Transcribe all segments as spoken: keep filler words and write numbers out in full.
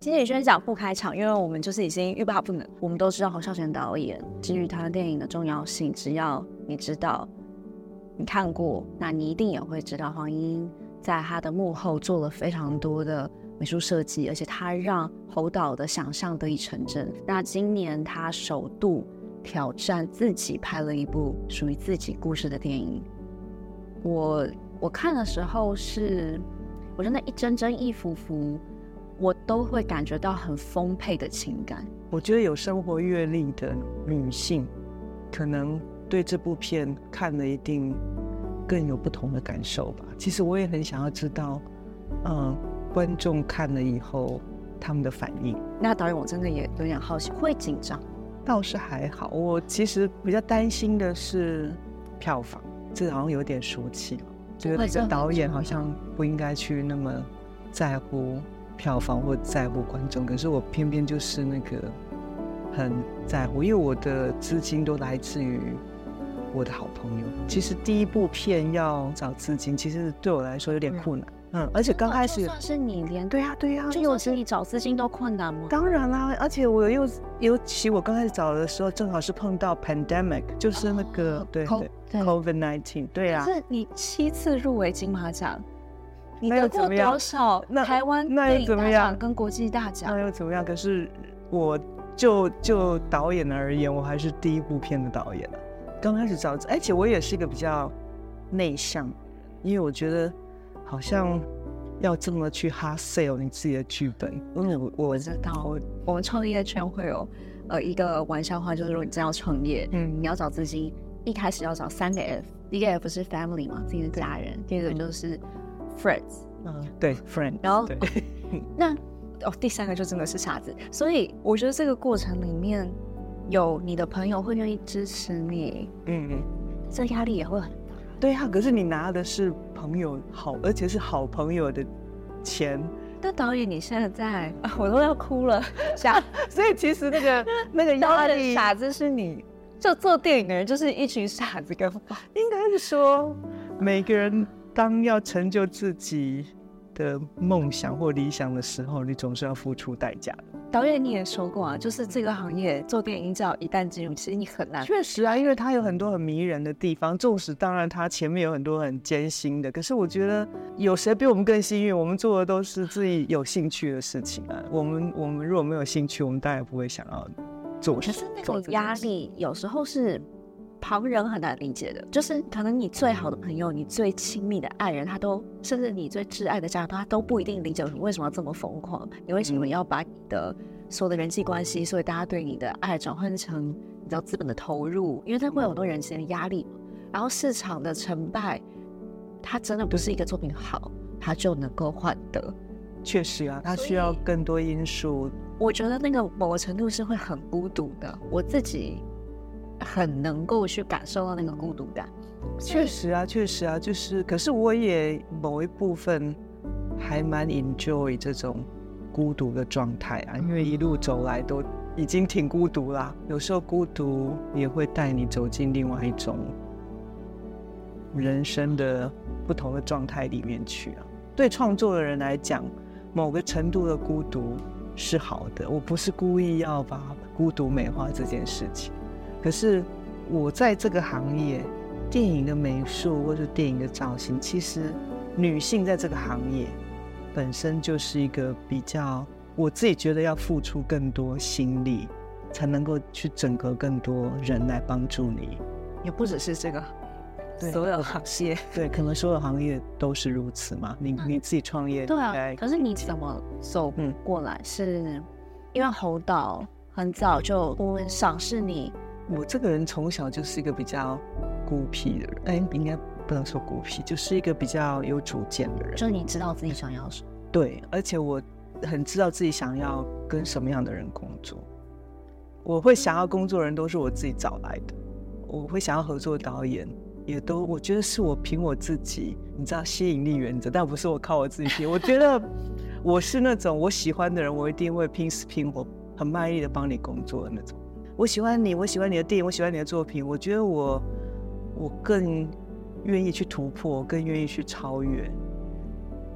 金宇轩讲不开场，因为我们就是已经欲罢不能。我们都知道侯孝贤导演基于他的电影的重要性，只要你知道你看过，那你一定也会知道黄莺莺在他的幕后做了非常多的美术设计，而且他让侯导的想象得以成真。那今年他首度挑战自己拍了一部属于自己故事的电影。我我看的时候是，我真的一帧帧一幅幅，我都会感觉到很丰沛的情感。 我觉得有生活阅历的女性，可能对这部片看了一定更有不同的感受吧。其实我也很想要知道，嗯，观众看了以后他们的反应。 那导演，我真的也有点好奇，会紧张？ 倒是还好，我其实比较担心的是票房，这好像有点俗气了。觉得这个导演好像不应该去那么在乎票房或在乎观众，可是我偏偏就是那个很在乎，因为我的资金都来自于我的好朋友。其实第一部片要找资金，其实对我来说有点困难。嗯，而且刚开始就算是你连对呀、啊、对呀、啊， 就算是你找资金都困难吗？ 当然啦，而且我又尤其我刚开始找的时候，正好是碰到 pandemic， 就是那个、哦、对对 COVID 十九， 对啊。 可是你七次入围金马奖，你得过多少台湾电影大奖跟国际大奖？ 那又怎么样？可是我就就导演而言，我还是第一部片的导演啊。刚开始找，而且我也是一个比较内向，因为我觉得好像要这么去 hard sell 你自己的剧本，因为我我知道，我我们创业圈会有呃一个玩笑话，就是如果你真要创业，嗯，你要找资金，一开始要找三个 F， 第一个 F 是 family 嘛，自己的家人，第二个就是 friends， 嗯，对 friend， 然后那哦第三个就真的是傻子，所以我觉得这个过程里面有你的朋友会愿意支持你，嗯，这压力也会很大。 对啊，可是你拿的是朋友好，而且是好朋友的钱。 但导演，你现在在，啊、我都要哭了，傻。 所以其实那个那个压力， 傻子是你，就做电影的人就是一群傻子跟。 应该是说，每个人当要成就自己的梦想或理想的时候，你总是要付出代价的。 导演你也说过啊，就是这个行业做电影只要一旦进入，其实你很难。 确实啊，因为它有很多很迷人的地方，纵使当然它前面有很多很艰辛的，可是我觉得有谁比我们更幸运？我们做的都是自己有兴趣的事情啊。我们我们如果没有兴趣，我们当然不会想要做。 可是那种压力有时候是旁人很难理解的，就是可能你最好的朋友、你最亲密的爱人，他都甚至你最挚爱的家人，他都不一定理解你为什么要这么疯狂，你为什么要把你的所有的人际关系，所以大家对你的爱转换成你知道资本的投入，因为它会有很多人际的压力，然后市场的成败，它真的不是一个作品好，它就能够换得。 确实啊，它需要更多因素。 我觉得那个某个程度是会很孤独的，我自己很能够去感受到那个孤独感。 确实啊，确实啊，就是，可是我也某一部分还蛮 enjoy 这种孤独的状态啊，因为一路走来都已经挺孤独啦。有时候孤独也会带你走进另外一种人生的不同的状态里面去啊。对创作的人来讲，某个程度的孤独是好的，我不是故意要把孤独美化这件事情。可是我在这个行业，电影的美术或者电影的造型，其实女性在这个行业本身就是一个比较，我自己觉得要付出更多心力，才能够去整合更多人来帮助你。 也不只是这个，所有行业， 对，可能所有行业都是如此嘛。你你自己创业， 对啊。可是你怎么走过来？嗯、是因为侯导很早就赏识你。 我这个人从小就是一个比较孤僻的人，哎，应该不能说孤僻，就是一个比较有主见的人。 就你知道自己想要什么？ 对，而且我很知道自己想要跟什么样的人工作。我会想要工作的人都是我自己找来的，我会想要合作的导演也都，我觉得是我凭我自己，你知道吸引力原则，但不是我靠我自己拼。我觉得我是那种我喜欢的人，我一定会拼死拼活、很卖力的帮你工作的那种。我喜欢你，我喜欢你的电影，我喜欢你的作品，我觉得我我更愿意去突破，更愿意去超越。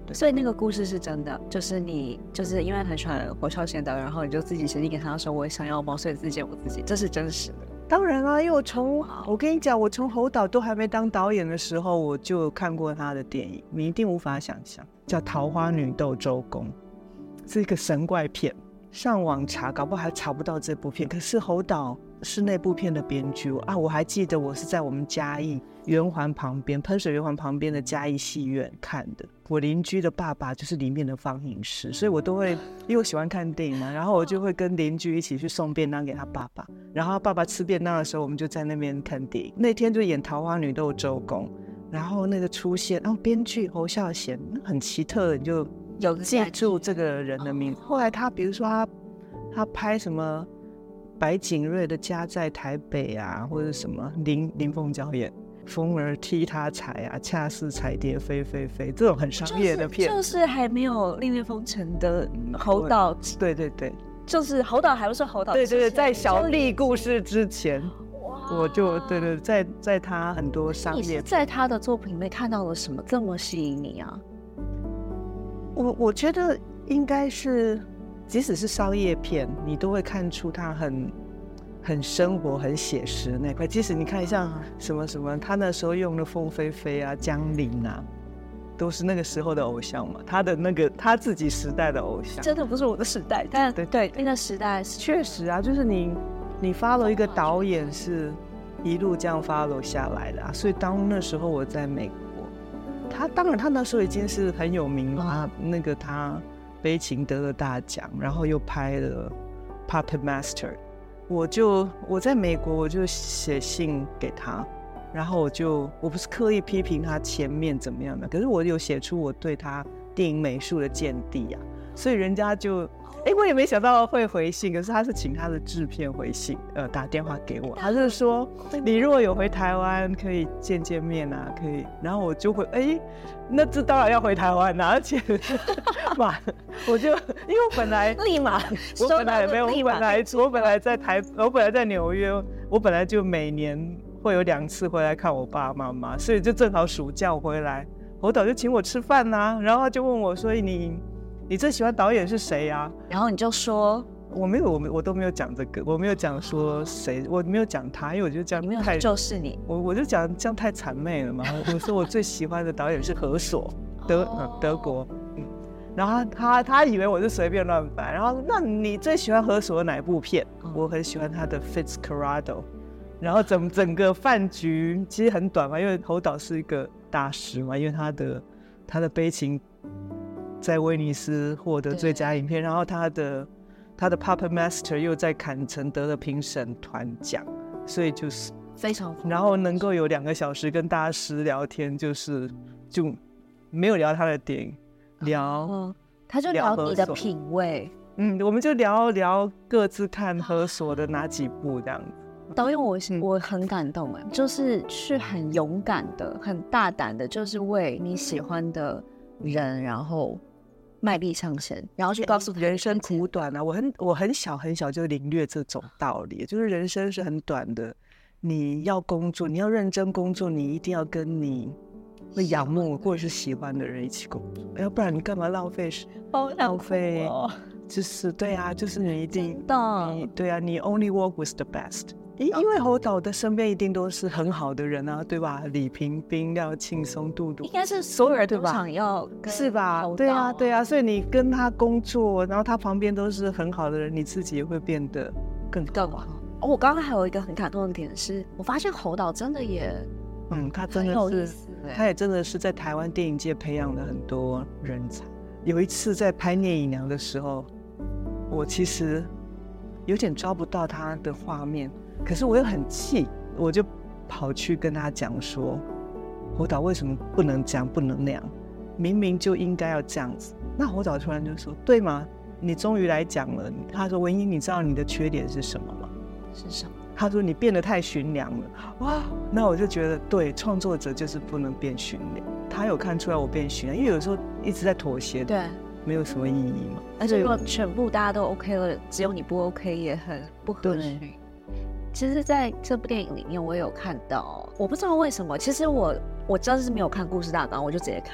所以那个故事是真的，就是你就是因为很喜欢侯孝贤导演，然后你就自己写信给他说我想要毛遂自荐我自己，这是真实的。 当然啦、啊，因为我从我跟你讲，我从侯导都还没当导演的时候，我就看过他的电影，你一定无法想象，叫《桃花女斗周公》，是一个神怪片。上网查，搞不好还查不到这部片。可是侯导是那部片的编剧啊！我还记得我是在我们嘉义圆环旁边，喷水圆环旁边的嘉义戏院看的。我邻居的爸爸就是里面的放映师，所以我都会，因为我喜欢看电影嘛，然后我就会跟邻居一起去送便当给他爸爸。然后他爸爸吃便当的时候，我们就在那边看电影。那天就演《桃花女斗周公》，然后那个出现，然后编剧侯孝贤很奇特的，你就有记住这个人的名字。后来他比如说他他拍什么白景瑞的家在台北啊，或者什么林林凤娇演风儿踢他彩啊，恰似彩蝶飞飞飞，这种很商业的片， 就是、就是还没有另类风尘的侯导， 对对对， 就是侯导还不是侯导， 对对对，在小弟故事之前，我就对对，在在他很多商业片， 你是在他的作品里面看到了什么这么吸引你啊？ 我我觉得应该是，即使是商业片，你都会看出他很很生活、很写实的那块。即使你看像什么什么，他那时候用的凤飞飞啊、江玲啊，都是那个时候的偶像嘛。他的那个他自己时代的偶像， 真的不是我的时代，但对对，那个时代确实啊，就是你你 follow 一个导演是一路这样 follow 下来的啊。所以当那时候我在美国。他当然，他那时候已经是很有名了、啊。那个他悲情得了大奖，然后又拍了《Puppet Master》。我就我在美国，我就写信给他，然后我就我不是刻意批评他前面怎么样的，可是我有写出我对他电影美术的见地啊，所以人家就。哎，我也没想到会回信，可是他是请他的制片回信，呃，打电话给我，他是说你如果有回台湾可以见见面啊，可以，然后我就会，哎，那这当然要回台湾啊，而且嘛，我就因为我本来立马， 我本来也没有，我本来我本来在台，我本来在纽约，我本来就每年会有两次回来看我爸爸妈妈，所以就正好暑假我回来，侯导就请我吃饭呐、啊，然后他就问我，所以你。你最喜欢导演是谁呀、啊？ 然后你就说， 我没有，我我都没有讲这个，我没有讲说谁，我没有讲他，因为我觉得这样太就是你， 我我就讲这样太谄媚了嘛。我说我最喜欢的导演是何索，德、呃、德国，嗯，然后他他他以为我是随便乱掰，然后那你最喜欢何索的哪一部片？嗯、我很喜欢他的 Fitzcarraldo， 然后整整个饭局其实很短嘛，因为侯导是一个大师嘛，因为他的他的悲情。在威尼斯获得最佳影片，然后他的他的 Puppet Master 又在坎城得了评审团奖，所以就是非常， 然后能够有两个小时跟大师聊天，就是就没有聊他的电影，聊、 嗯、他就聊你的品味， 嗯，我们就聊聊各自看何索的哪几部这样子。 导演我我很感动哎，就是是很勇敢的、很大胆的，就是为你喜欢的人，然后。卖力上前，然后去告诉人生苦短啊！我很我很小很小就领略这种道理，就是人生是很短的。你要工作，你要认真工作，你一定要跟你会仰慕或者是喜欢的人一起工作，要不然你干嘛浪费浪费？就是对啊，就是你一定你对啊，你 only work with the best。因为侯导的身边一定都是很好的人啊，对吧？李平冰、廖庆松、杜杜， 应该是所有人都想要跟是吧？对啊，对啊，所以你跟他工作，然后他旁边都是很好的人，你自己也会变得更更好。哦，我刚刚还有一个很感动的点是，我发现侯导真的也， 嗯，他真的是，他也真的是在台湾电影界培养了很多人才。有一次在拍《聂隐娘》的时候，我其实有点抓不到他的画面。可是我又很气，我就跑去跟他讲说，侯导为什么不能这样不能那样，明明就应该要这样子。那侯导突然就说，对吗？你终于来讲了。他说，文英，你知道你的缺点是什么吗？ 是什么？ 他说你变得太驯良了。哇，那我就觉得对，创作者就是不能变驯良。他有看出来我变驯良，因为有时候一直在妥协， 对， 没有什么意义嘛。 而且如果全部大家都 OK 了，只有你不 OK 也很不合适。其实在这部电影里面我也有看到，我不知道为什么，其实我我真的是没有看故事大纲，我就直接看，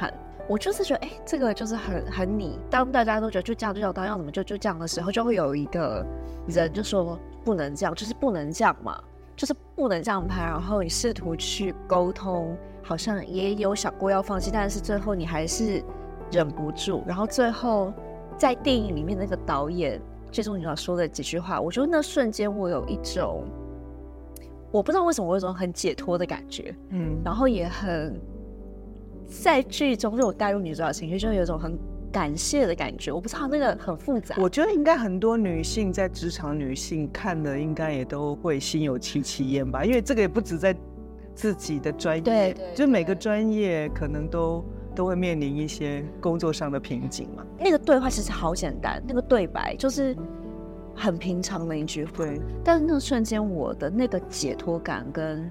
我就是觉得，哎、欸，这个就是很很你。当大家都觉得就这样就这样，当要怎么就就这样的时候，就会有一个人就说不能这样，就是不能这样嘛，就是不能这样拍。然后你试图去沟通，好像也有想过要放弃，但是最后你还是忍不住。然后最后在电影里面那个导演最终你要说的几句话，我觉得那瞬间我有一种，我不知道为什么我有一种很解脱的感觉，嗯，然后也很。在剧中就有带入女主角的情绪，就有一种很感谢的感觉。我不知道那个很复杂。 我觉得应该很多女性在职场女性看了，应该也都会心有戚戚焉吧。因为这个也不止在自己的专业， 对， 对， 对， 就每个专业可能都都会面临一些工作上的瓶颈嘛。 那个对话其实好简单，那个对白就是很平常的一句话， 对。 但是那瞬间我的那个解脱感跟，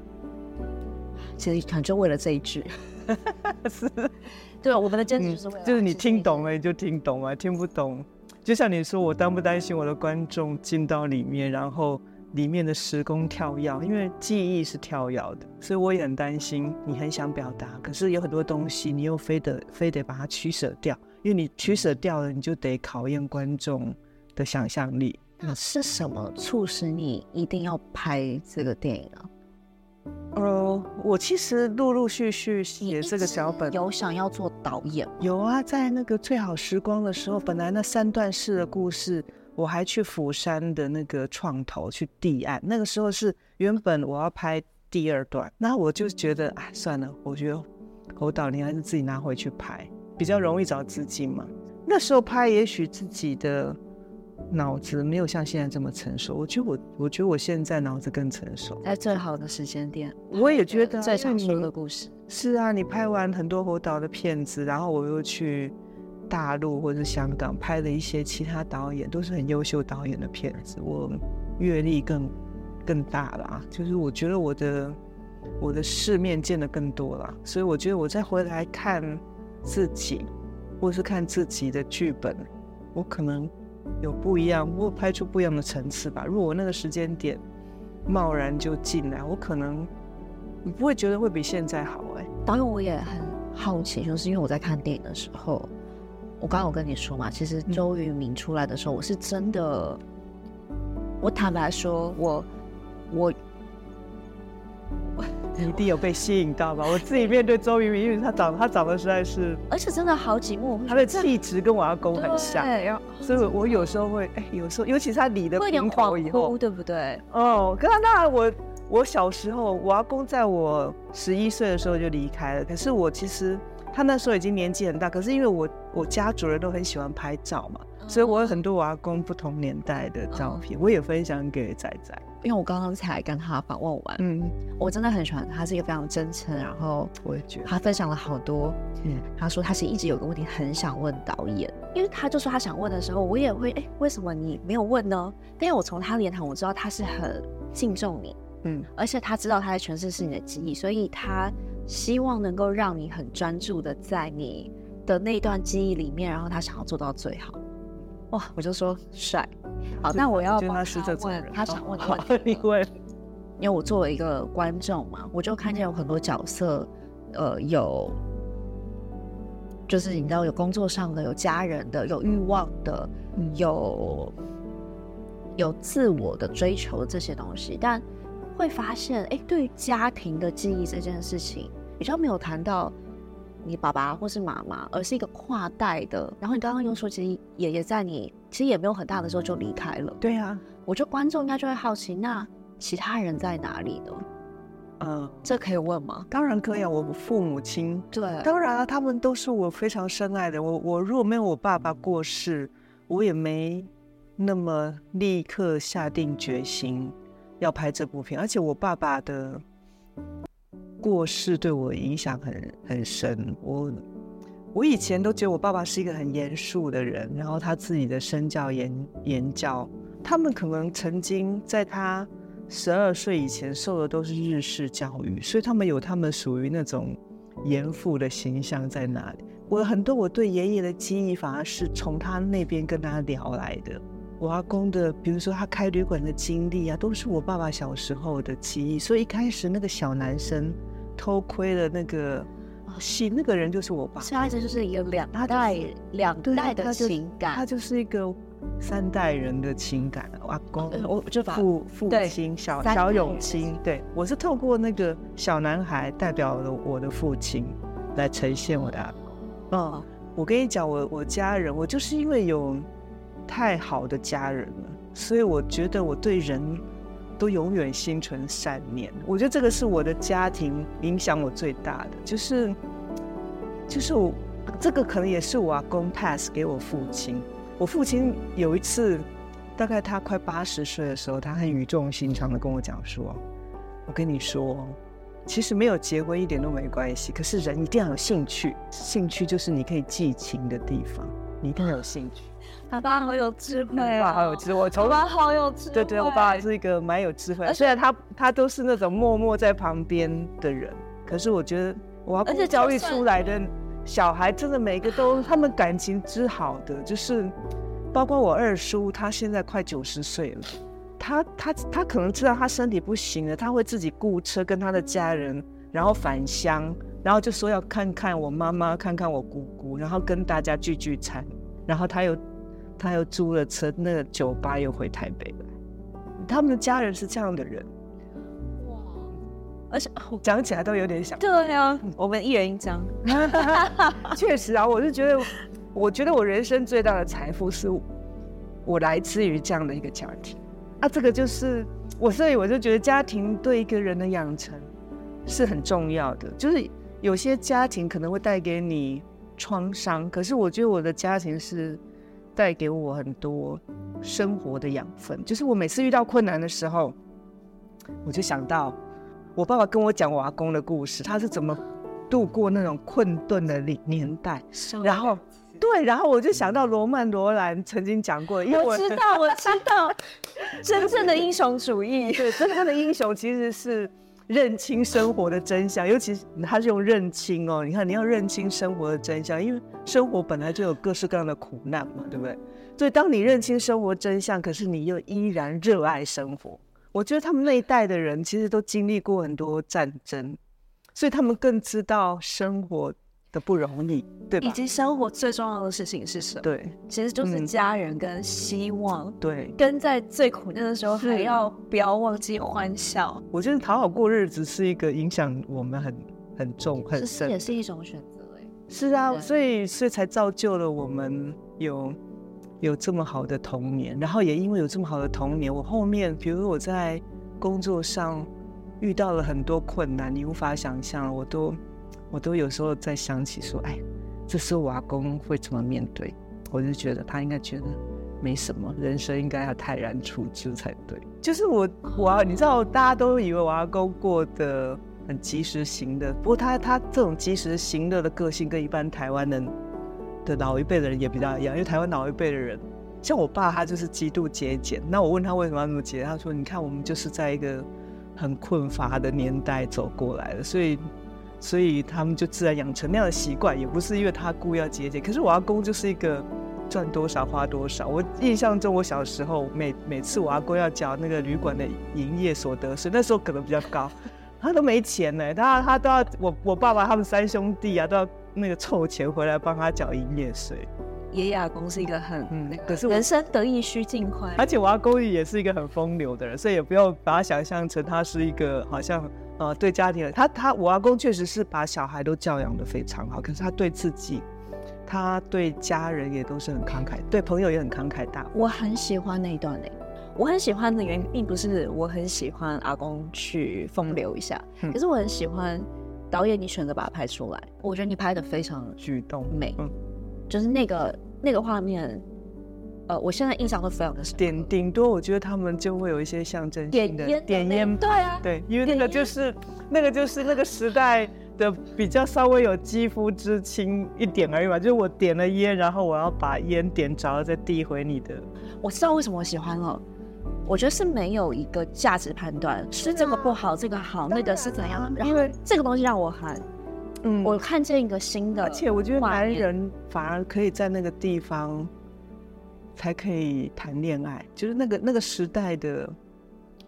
其实可能就为了这一句。 是， 对，我们的坚持就是为了、 嗯，就是你听懂了你就听懂了，听不懂，就像你说，我担不担心我的观众进到里面，然后里面的时空跳跃，因为记忆是跳跃的，所以我也很担心你很想表达，可是有很多东西你又非得非得把它取舍掉，因为你取舍掉了，你就得考验观众的想象力。 那是什么促使你一定要拍这个电影啊？ 呃，我其实陆陆续续写这个脚本， 有想要做导演？ 有啊，在那个最好时光的时候，本来那三段式的故事，我还去釜山的那个创投去递案。那个时候是原本我要拍第二段，那我就觉得，哎，算了，我觉得侯导你还是自己拿回去拍，比较容易找资金嘛。那时候拍，也许自己的脑子没有像现在这么成熟，我觉得我，我觉得我现在脑子更成熟， 在最好的时间点， 我也觉得、啊、 最想说的故事是啊。你拍完很多侯导的片子，然后我又去大陆或者香港拍了一些其他导演都是很优秀导演的片子，我阅历更更大了啊，就是我觉得我的我的世面见得更多了，所以我觉得我再回来看自己，或是看自己的剧本，我可能有不一样，我拍出不一样的层次吧。如果我那个时间点贸然就进来，我可能你不会觉得会比现在好哎、欸。 导演，我也很好奇，就是因为我在看电影的时候，我刚刚有跟你说嘛，其实周渝民出来的时候，我是真的，我坦白说，我我。 你一定有被吸引到吧？我自己面对周渝民，因为他长他长得实在是， 而且真的好几幕， 他的气质跟我阿公很像，所以我有时候会，哎、欸，有时候尤其是他理了平头以后， 对不对？ 哦，可是当然我我小时候，我阿公在我十一岁的时候就离开了，可是我其实他那时候已经年纪很大，可是因为我我家族人都很喜欢拍照嘛，嗯、所以我有很多我阿公不同年代的照片，嗯、我也分享给仔仔。 因为我刚刚才跟他访问完，嗯，我真的很喜欢他，他是一个非常真诚，然后我也觉得他分享了好多，嗯，他说他其实一直有个问题很想问导演，因为他就说他想问的时候，我也会，哎、欸，为什么你没有问呢？因为我从他的言谈我知道他是很敬重你，嗯，而且他知道他在诠释是你的记忆，所以他希望能够让你很专注的在你的那段记忆里面，然后他想要做到最好。哇，我就说帅。好，那我要帮他问他想问的问题。 你问， 因为我作为一个观众嘛，我就看见有很多角色，呃，有就是你知道有工作上的，有家人的，有欲望的，嗯、有有自我的追求的这些东西，但会发现，哎，对于家庭的记忆这件事情，比较没有谈到你爸爸或是妈妈，而是一个跨代的。然后你刚刚又说，其实爷爷在你其实也没有很大的时候就离开了。 对啊， 我觉得观众应该就会好奇，那其他人在哪里呢？嗯，这可以问吗？ 当然可以啊，我父母亲， 对， 当然啊，他们都是我非常深爱的。我我如果没有我爸爸过世，我也没那么立刻下定决心要拍这部片。而且我爸爸的过世对我影响很很深。我我以前都觉得我爸爸是一个很严肃的人，然后他自己的身教言言教，他们可能曾经在他十二岁以前受的都是日式教育，所以他们有他们属于那种严父的形象在那里。我很多我对爷爷的记忆反而是从他那边跟他聊来的。我阿公的比如说他开旅馆的经历啊，都是我爸爸小时候的记忆。所以一开始那个小男生偷窥了那个戏，那个人就是我爸。 下一次就是一个两代、就是、两代的情感， 他就是一个三代人的情感。阿公， 我就把父父亲小小永清，对我是透过那个小男孩代表了我的父亲来呈现我的阿公。哦，我跟你讲，我我家人，我就是因为有太好的家人了，所以我觉得我对人都永远心存善念。我觉得这个是我的家庭影响我最大的，就是就是我这个可能也是我阿公 pass 给我父亲。我父亲有一次，大概他快八十岁的时候，他很语重心长的跟我讲说：“我跟你说，其实没有结婚一点都没关系，可是人一定要有兴趣，兴趣就是你可以寄情的地方，你一定要有兴趣。” 他爸好有智慧、哦， 我爸好有智慧，我从爸好有智慧， 对对，我爸是一个蛮有智慧，虽然他他都是那种默默在旁边的人，可是我觉得我要教育出来的小孩，真的每个都他们感情之好的，就是包括我二叔，他现在快九十岁了，他他他可能知道他身体不行了，他会自己雇车跟他的家人，然后返乡，然后就说要看看我妈妈，看看我姑姑，然后跟大家聚聚餐，然后他又。他又租了车，那个酒吧又回台北来。他们的家人是这样的人，哇！ 而且讲起来都有点想。 对啊，我们一人一张。 确实啊，我是觉得，我觉得我人生最大的财富是我来自于这样的一个家庭啊。这个就是我，所以我就觉得家庭对一个人的养成是很重要的。就是有些家庭可能会带给你创伤，可是我觉得我的家庭是。带给我很多生活的养分，就是我每次遇到困难的时候，我就想到我爸爸跟我讲我阿公的故事，他是怎么度过那种困顿的年代，然后对，然后我就想到罗曼·罗兰曾经讲过，因为 我, 我知道，我知道，真正的英雄主义， 对，真正的英雄其实是认清生活的真相，尤其是他是用认清哦，你看你要认清生活的真相，因为生活本来就有各式各样的苦难嘛，对不对？所以当你认清生活真相，可是你又依然热爱生活，我觉得他们那一代的人其实都经历过很多战争，所以他们更知道生活的不容易，对吧？ 以及生活最重要的事情是什么？ 对， 其实就是家人跟希望。 嗯、对， 跟在最苦难的时候还要不要忘记欢笑。 我觉得讨好过日子是一个影响我们很很重很深， 这也是一种选择哎。 是啊，所以所以才造就了我们有有这么好的童年，然后也因为有这么好的童年，我后面比如我在工作上遇到了很多困难，你无法想象，我都我都有时候在想起说，哎，这时候我阿公会怎么面对？我就觉得他应该觉得没什么，人生应该要泰然处之才对。就是我我你知道，大家都以为我阿公过得很及时行乐，不过他他这种及时行乐的个性跟一般台湾人的老一辈的人也比较一样，因为台湾老一辈的人，像我爸他就是极度节俭。那我问他为什么要那么节俭，他说：“你看，我们就是在一个很困乏的年代走过来的，所以所以他们就自然养成那样的习惯，也不是因为他故意要节俭。可是我阿公就是一个赚多少花多少。我印象中，我小时候每每次我阿公要缴那个旅馆的营业所得税，那时候可能比较高。”他都没钱呢，他他都要我我爸爸他们三兄弟啊，都要那个凑钱回来帮他缴营业税。 爷爷阿公是一个很、嗯、 可是人生得意须尽欢， 而且我阿公也是一个很风流的人，所以也不要把他想象成他是一个好像呃对家庭的他他我阿公确实是把小孩都教养得非常好，可是他对自己，他对家人也都是很慷慨，对朋友也很慷慨大方。 我很喜欢那一段嘞。我很喜欢的原因并不是我很喜欢阿公去风流一下、嗯、可是我很喜欢导演你选择把它拍出来，我觉得你拍得非常举动美、嗯、就是那个那个画面呃，我现在印象都非常的深刻。 顶顶多我觉得他们就会有一些象征性的点烟， 对啊， 对，因为那个就是那个就是那个时代的比较稍微有肌肤之亲一点而已嘛，就是我点了烟，然后我要把烟点着了再递回你的。 我知道为什么我喜欢了，我觉得是没有一个价值判断，是这个不好，这个好，那个是怎样，然后这个东西让我很，嗯，我看见一个新的， 而且我觉得男人反而可以在那个地方才可以谈恋爱，就是那个那个时代的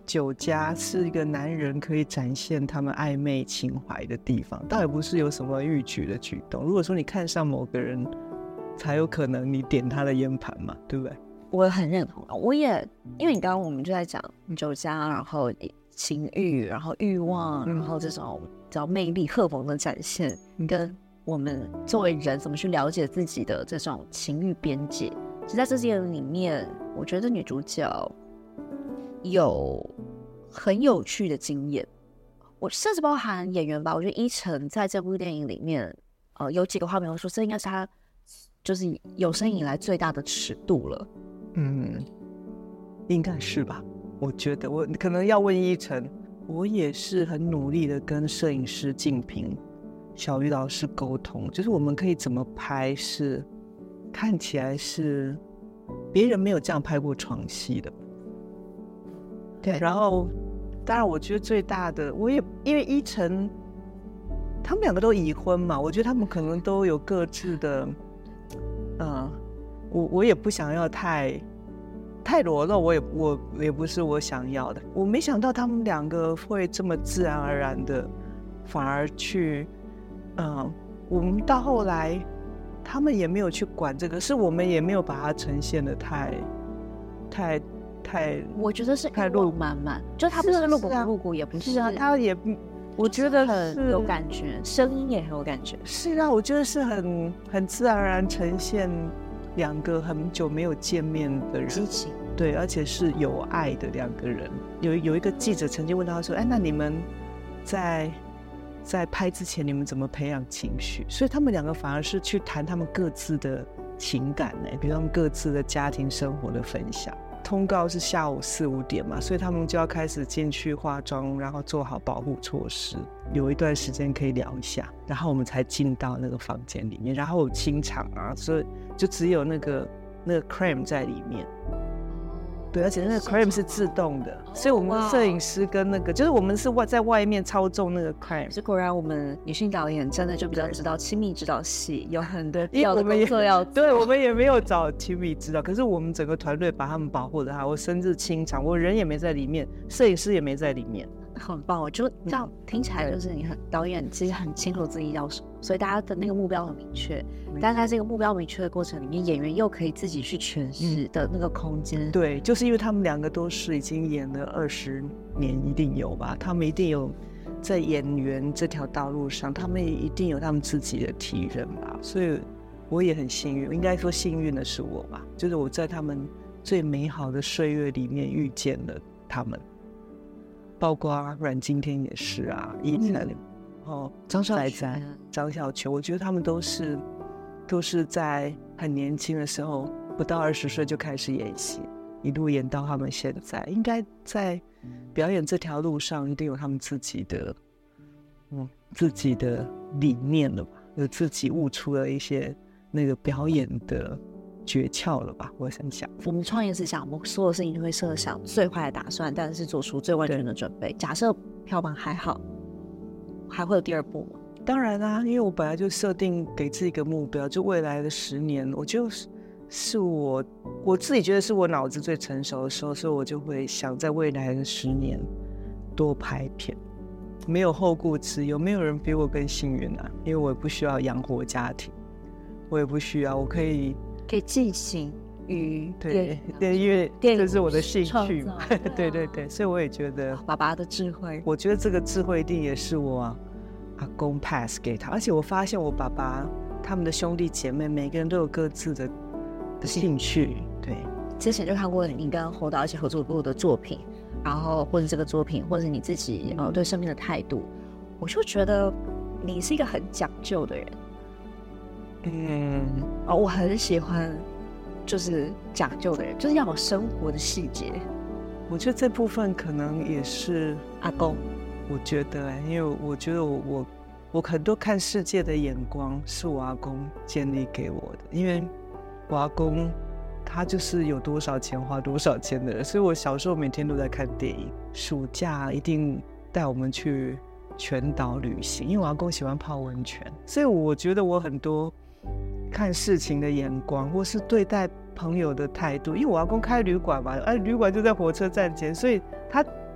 酒家是一个男人可以展现他们暧昧情怀的地方，倒也不是有什么逾矩的举动。如果说你看上某个人，才有可能你点他的烟盘嘛，对不对？ 我很认同，我也因为你刚刚我们就在讲酒家，然后情欲，然后欲望，然后这种叫魅力荷尔蒙的展现，跟我们作为人怎么去了解自己的这种情欲边界。其实在这些人里面，我觉得女主角有很有趣的经验，我甚至包含演员吧。我觉得依晨在这部电影里面，呃，有几个画面，我说这应该是他就是有生以来最大的尺度了。 嗯，应该是吧。我觉得我可能要问依晨，我也是很努力的跟摄影师静平、小鱼老师沟通，就是我们可以怎么拍是看起来是别人没有这样拍过床戏的。 对， 然后当然我觉得最大的，我也因为依晨他们两个都已婚嘛，我觉得他们可能都有各自的嗯，我我也不想要太太裸露，我也我也不是我想要的。我没想到他们两个会这么自然而然的，反而去，嗯，我们到后来，他们也没有去管这个，是我们也没有把它呈现的太太太， 我觉得是太露满满，就他不是露骨不露骨，也不是啊，他也我觉得很有感觉，声音也很有感觉。 是啊，我觉得是很很自然而然呈现两个很久没有见面的人激情， 对，而且是有爱的两个人。有有一个记者曾经问他说：“哎，那你们在在拍之前，你们怎么培养情绪？”所以他们两个反而是去谈他们各自的情感呢，比如他们各自的家庭生活的分享。通告是下午四五点嘛，所以他们就要开始进去化妆，然后做好保护措施，有一段时间可以聊一下，然后我们才进到那个房间里面，然后清场啊，所以就只有那个那个 cream 在里面。对，而且那个 cream 是自动的，所以我们的摄影师跟那个就是我们是在外面操纵那个 cream。 是果然我们女性导演真的就比较知道亲密指导戏，有很多要的工作要做。 对，我们也没有找亲密指导，可是我们整个团队把他们保护得好，我甚至清场，我人也没在里面，摄影师也没在里面。 很棒，我就这样听起来就是你很导演其实很清楚自己要什么，所以大家的那个目标很明确，但在这个目标明确的过程里面，演员又可以自己去诠释的那个空间、嗯。 对，就是因为他们两个都是已经演了二十年，一定有吧？他们一定有在演员这条道路上，他们也一定有他们自己的体认吧。所以我也很幸运，应该说幸运的是我吧，就是我在他们最美好的岁月里面遇见了他们。包括阮经天也是啊，依晨、嗯，哦， 张孝全、 张孝全，我觉得他们都是都是在很年轻的时候，不到二十岁就开始演戏，一路演到他们现在，应该在表演这条路上一定有他们自己的，嗯，自己的理念了吧，有自己悟出了一些那个表演的诀窍了吧？我想想， 我们创业是想，我们所有事情就会设想最坏的打算，但是做出最完全的准备。假设票房还好，还会有第二部吗？ 当然啦、啊，因为我本来就设定给自己一个目标，就未来的十年，我就是是我我自己觉得是我脑子最成熟的时候，所以我就会想在未来的十年多拍片，没有后顾之忧，没有人比我更幸运啊，因为我也不需要养活家庭，我也不需要，我可以。 可以进行与对对，因为这是我的兴趣嘛，对对对，所以我也觉得爸爸的智慧， 我觉得这个智慧一定也是我阿公 pass 给他，而且我发现我爸爸他们的兄弟姐妹每个人都有各自的的兴趣，对， 之前就看过你跟侯导一起合作过的作品，然后或者这个作品，或者你自己呃对生命的态度，我就觉得你是一个很讲究的人。 嗯， 哦，我很喜欢，就是讲究的人，就是要有生活的细节。 我觉得这部分可能也是阿公， 我觉得、欸，因为我觉得我我我很多看世界的眼光是我阿公建立给我的，因为我阿公他就是有多少钱花多少钱的人，所以我小时候每天都在看电影，暑假一定带我们去全岛旅行，因为我阿公喜欢泡温泉，所以我觉得我很多看事情的眼光，或是对待朋友的态度，因为我阿公开旅馆嘛，哎，旅馆就在火车站前，所以他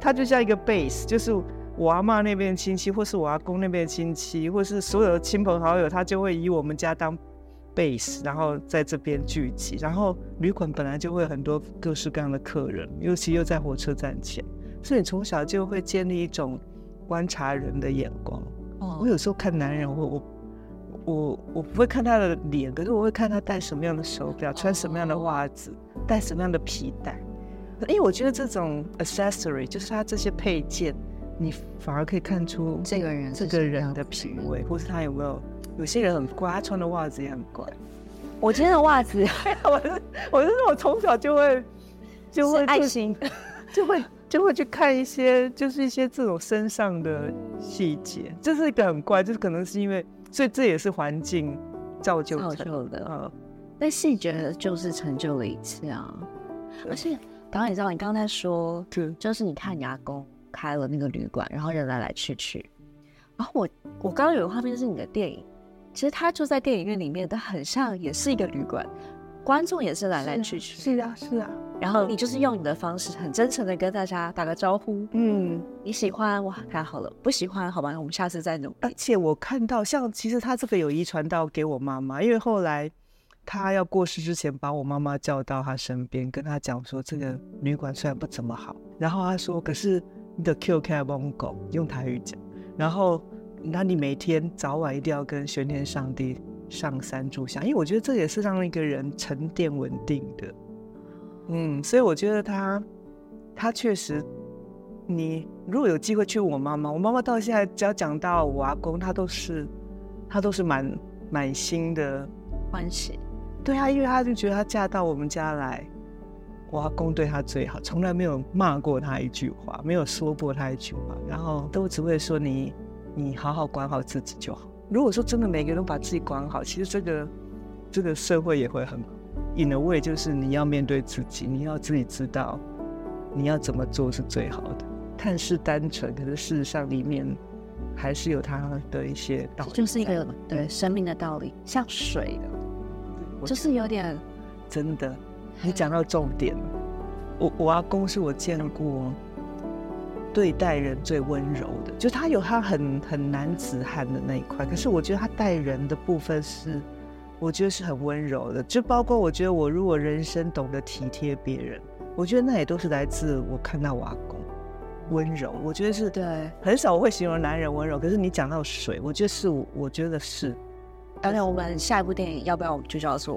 它就像一个 base， 就是我阿嬷那边的亲戚，或是我阿公那边的亲戚，或是所有的亲朋好友，他就会以我们家当 base， 然后在这边聚集。然后旅馆本来就会有很多各式各样的客人，尤其又在火车站前，所以你从小就会建立一种观察人的眼光。哦、我有时候看男人，我我我我不会看他的脸，可是我会看他戴什么样的手表，穿什么样的袜子，戴什么样的皮带。因为我觉得这种 accessory 就是他这些配件，你反而可以看出这个人这个人的品味，或是他有没有。有些人很怪，他穿的袜子也很怪。 我今天的袜子， 我是我是我从小就会就会爱心， 就会就会去看一些就是一些这种身上的细节，这是一个很怪，就是可能是因为，所以这也是环境造就造就的。 嗯， 但细节就是成就了一切啊。而且导演，你知道，你刚才说，就是你看你阿公开了那个旅馆，然后人来来去去，然后我我刚刚有个画面是你的电影。其实他就在电影院里面，但很像也是一个旅馆，观众也是来来去去。 是啊，是啊。 然后你就是用你的方式，很真诚的跟大家打个招呼。嗯，你喜欢哇，太好了；不喜欢，好吧，我们下次再努力。 而且我看到，像其实他这个有遗传到给我妈妈，因为后来他要过世之前，把我妈妈叫到他身边，跟他讲说，这个旅馆虽然不怎么好，然后他说，可是你的 Q K 蒙狗用台语讲，然后。那你每天早晚一定要跟玄天上帝上山炷香，因为我觉得这也是让一个人沉淀稳定的。嗯，所以我觉得他他确实，你如果有机会去我妈妈，我妈妈到现在只要讲到我阿公，他都是他都是满满心的欢喜。 对啊，因为他就觉得他嫁到我们家来，我阿公对他最好，从来没有骂过他一句话，没有说过他一句话，然后都只会说你。你好好管好自己就好。如果说真的每个人都把自己管好，其实这个这个社会也会很好。In a way， 就是你要面对自己，你要自己知道你要怎么做是最好的。看似单纯，可是事实上里面还是有它的一些道理。 就是一个对生命的道理，像水的，就是有点真的。你讲到重点了。我我阿公是我见过。对待人最温柔的，就他有他很很男子汉的那一块，可是我觉得他待人的部分是，我觉得是很温柔的。就包括我觉得我如果人生懂得体贴别人，我觉得那也都是来自我看到我阿公温柔。我觉得是对， 很少我会形容男人温柔，可是你讲到水，我觉得是，我觉得是。 而且我们下一部电影要不要我们就叫做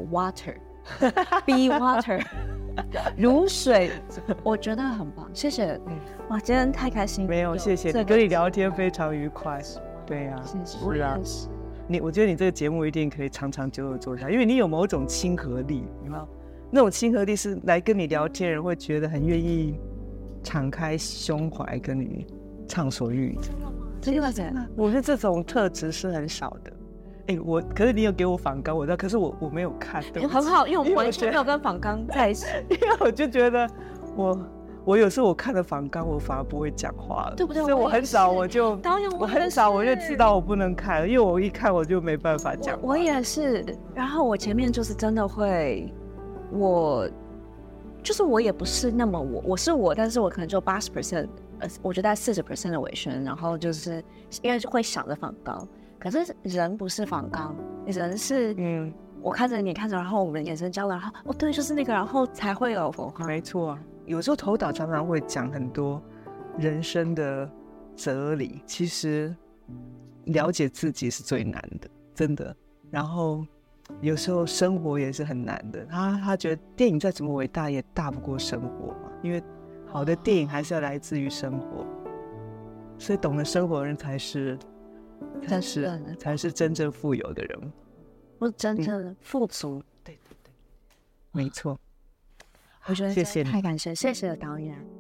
Water，Be Water。如水，我觉得很棒，谢谢。哇，今天太开心。 没有，谢谢你，跟你聊天非常愉快。对呀、啊， 谢谢。 是啊，你我觉得你这个节目一定可以长长久久做下，因为你有某种亲和力，你知道，那种亲和力是来跟你聊天人会觉得很愿意敞开胸怀跟你畅所欲言。 真的吗？ 我觉得这种特质是很少的。哎、欸，我可是你有给我访纲，我知道，可是我我没有看，对不起， 很好，因为我完全没有跟访纲在一起， 因为我就觉得我我有时候我看了访纲，我反而不会讲话了， 对不对？ 所以我很少我就导演， 我很少我就知道我不能看了，因为我一看我就没办法讲话。 我也是，然后我前面就是真的会，我就是我也不是那么我，我是我，但是我可能就八十 percent， 呃，我觉得四十 percent 的尾声，然后就是因为会想着访纲。可是人不是访纲，人是嗯，我看着你看着，然后我们眼神交流，然后哦对，就是那个，然后才会有火花。 没错，有时候头导常常会讲很多人生的哲理，其实了解自己是最难的，真的。然后有时候生活也是很难的，他他觉得电影再怎么伟大，也大不过生活嘛，因为好的电影还是要来自于生活，所以懂得生活的人才是。才是才是真正富有的人， 或真正的富足。 对对对，没错。 我觉得谢谢你， 太感谢，谢谢导演。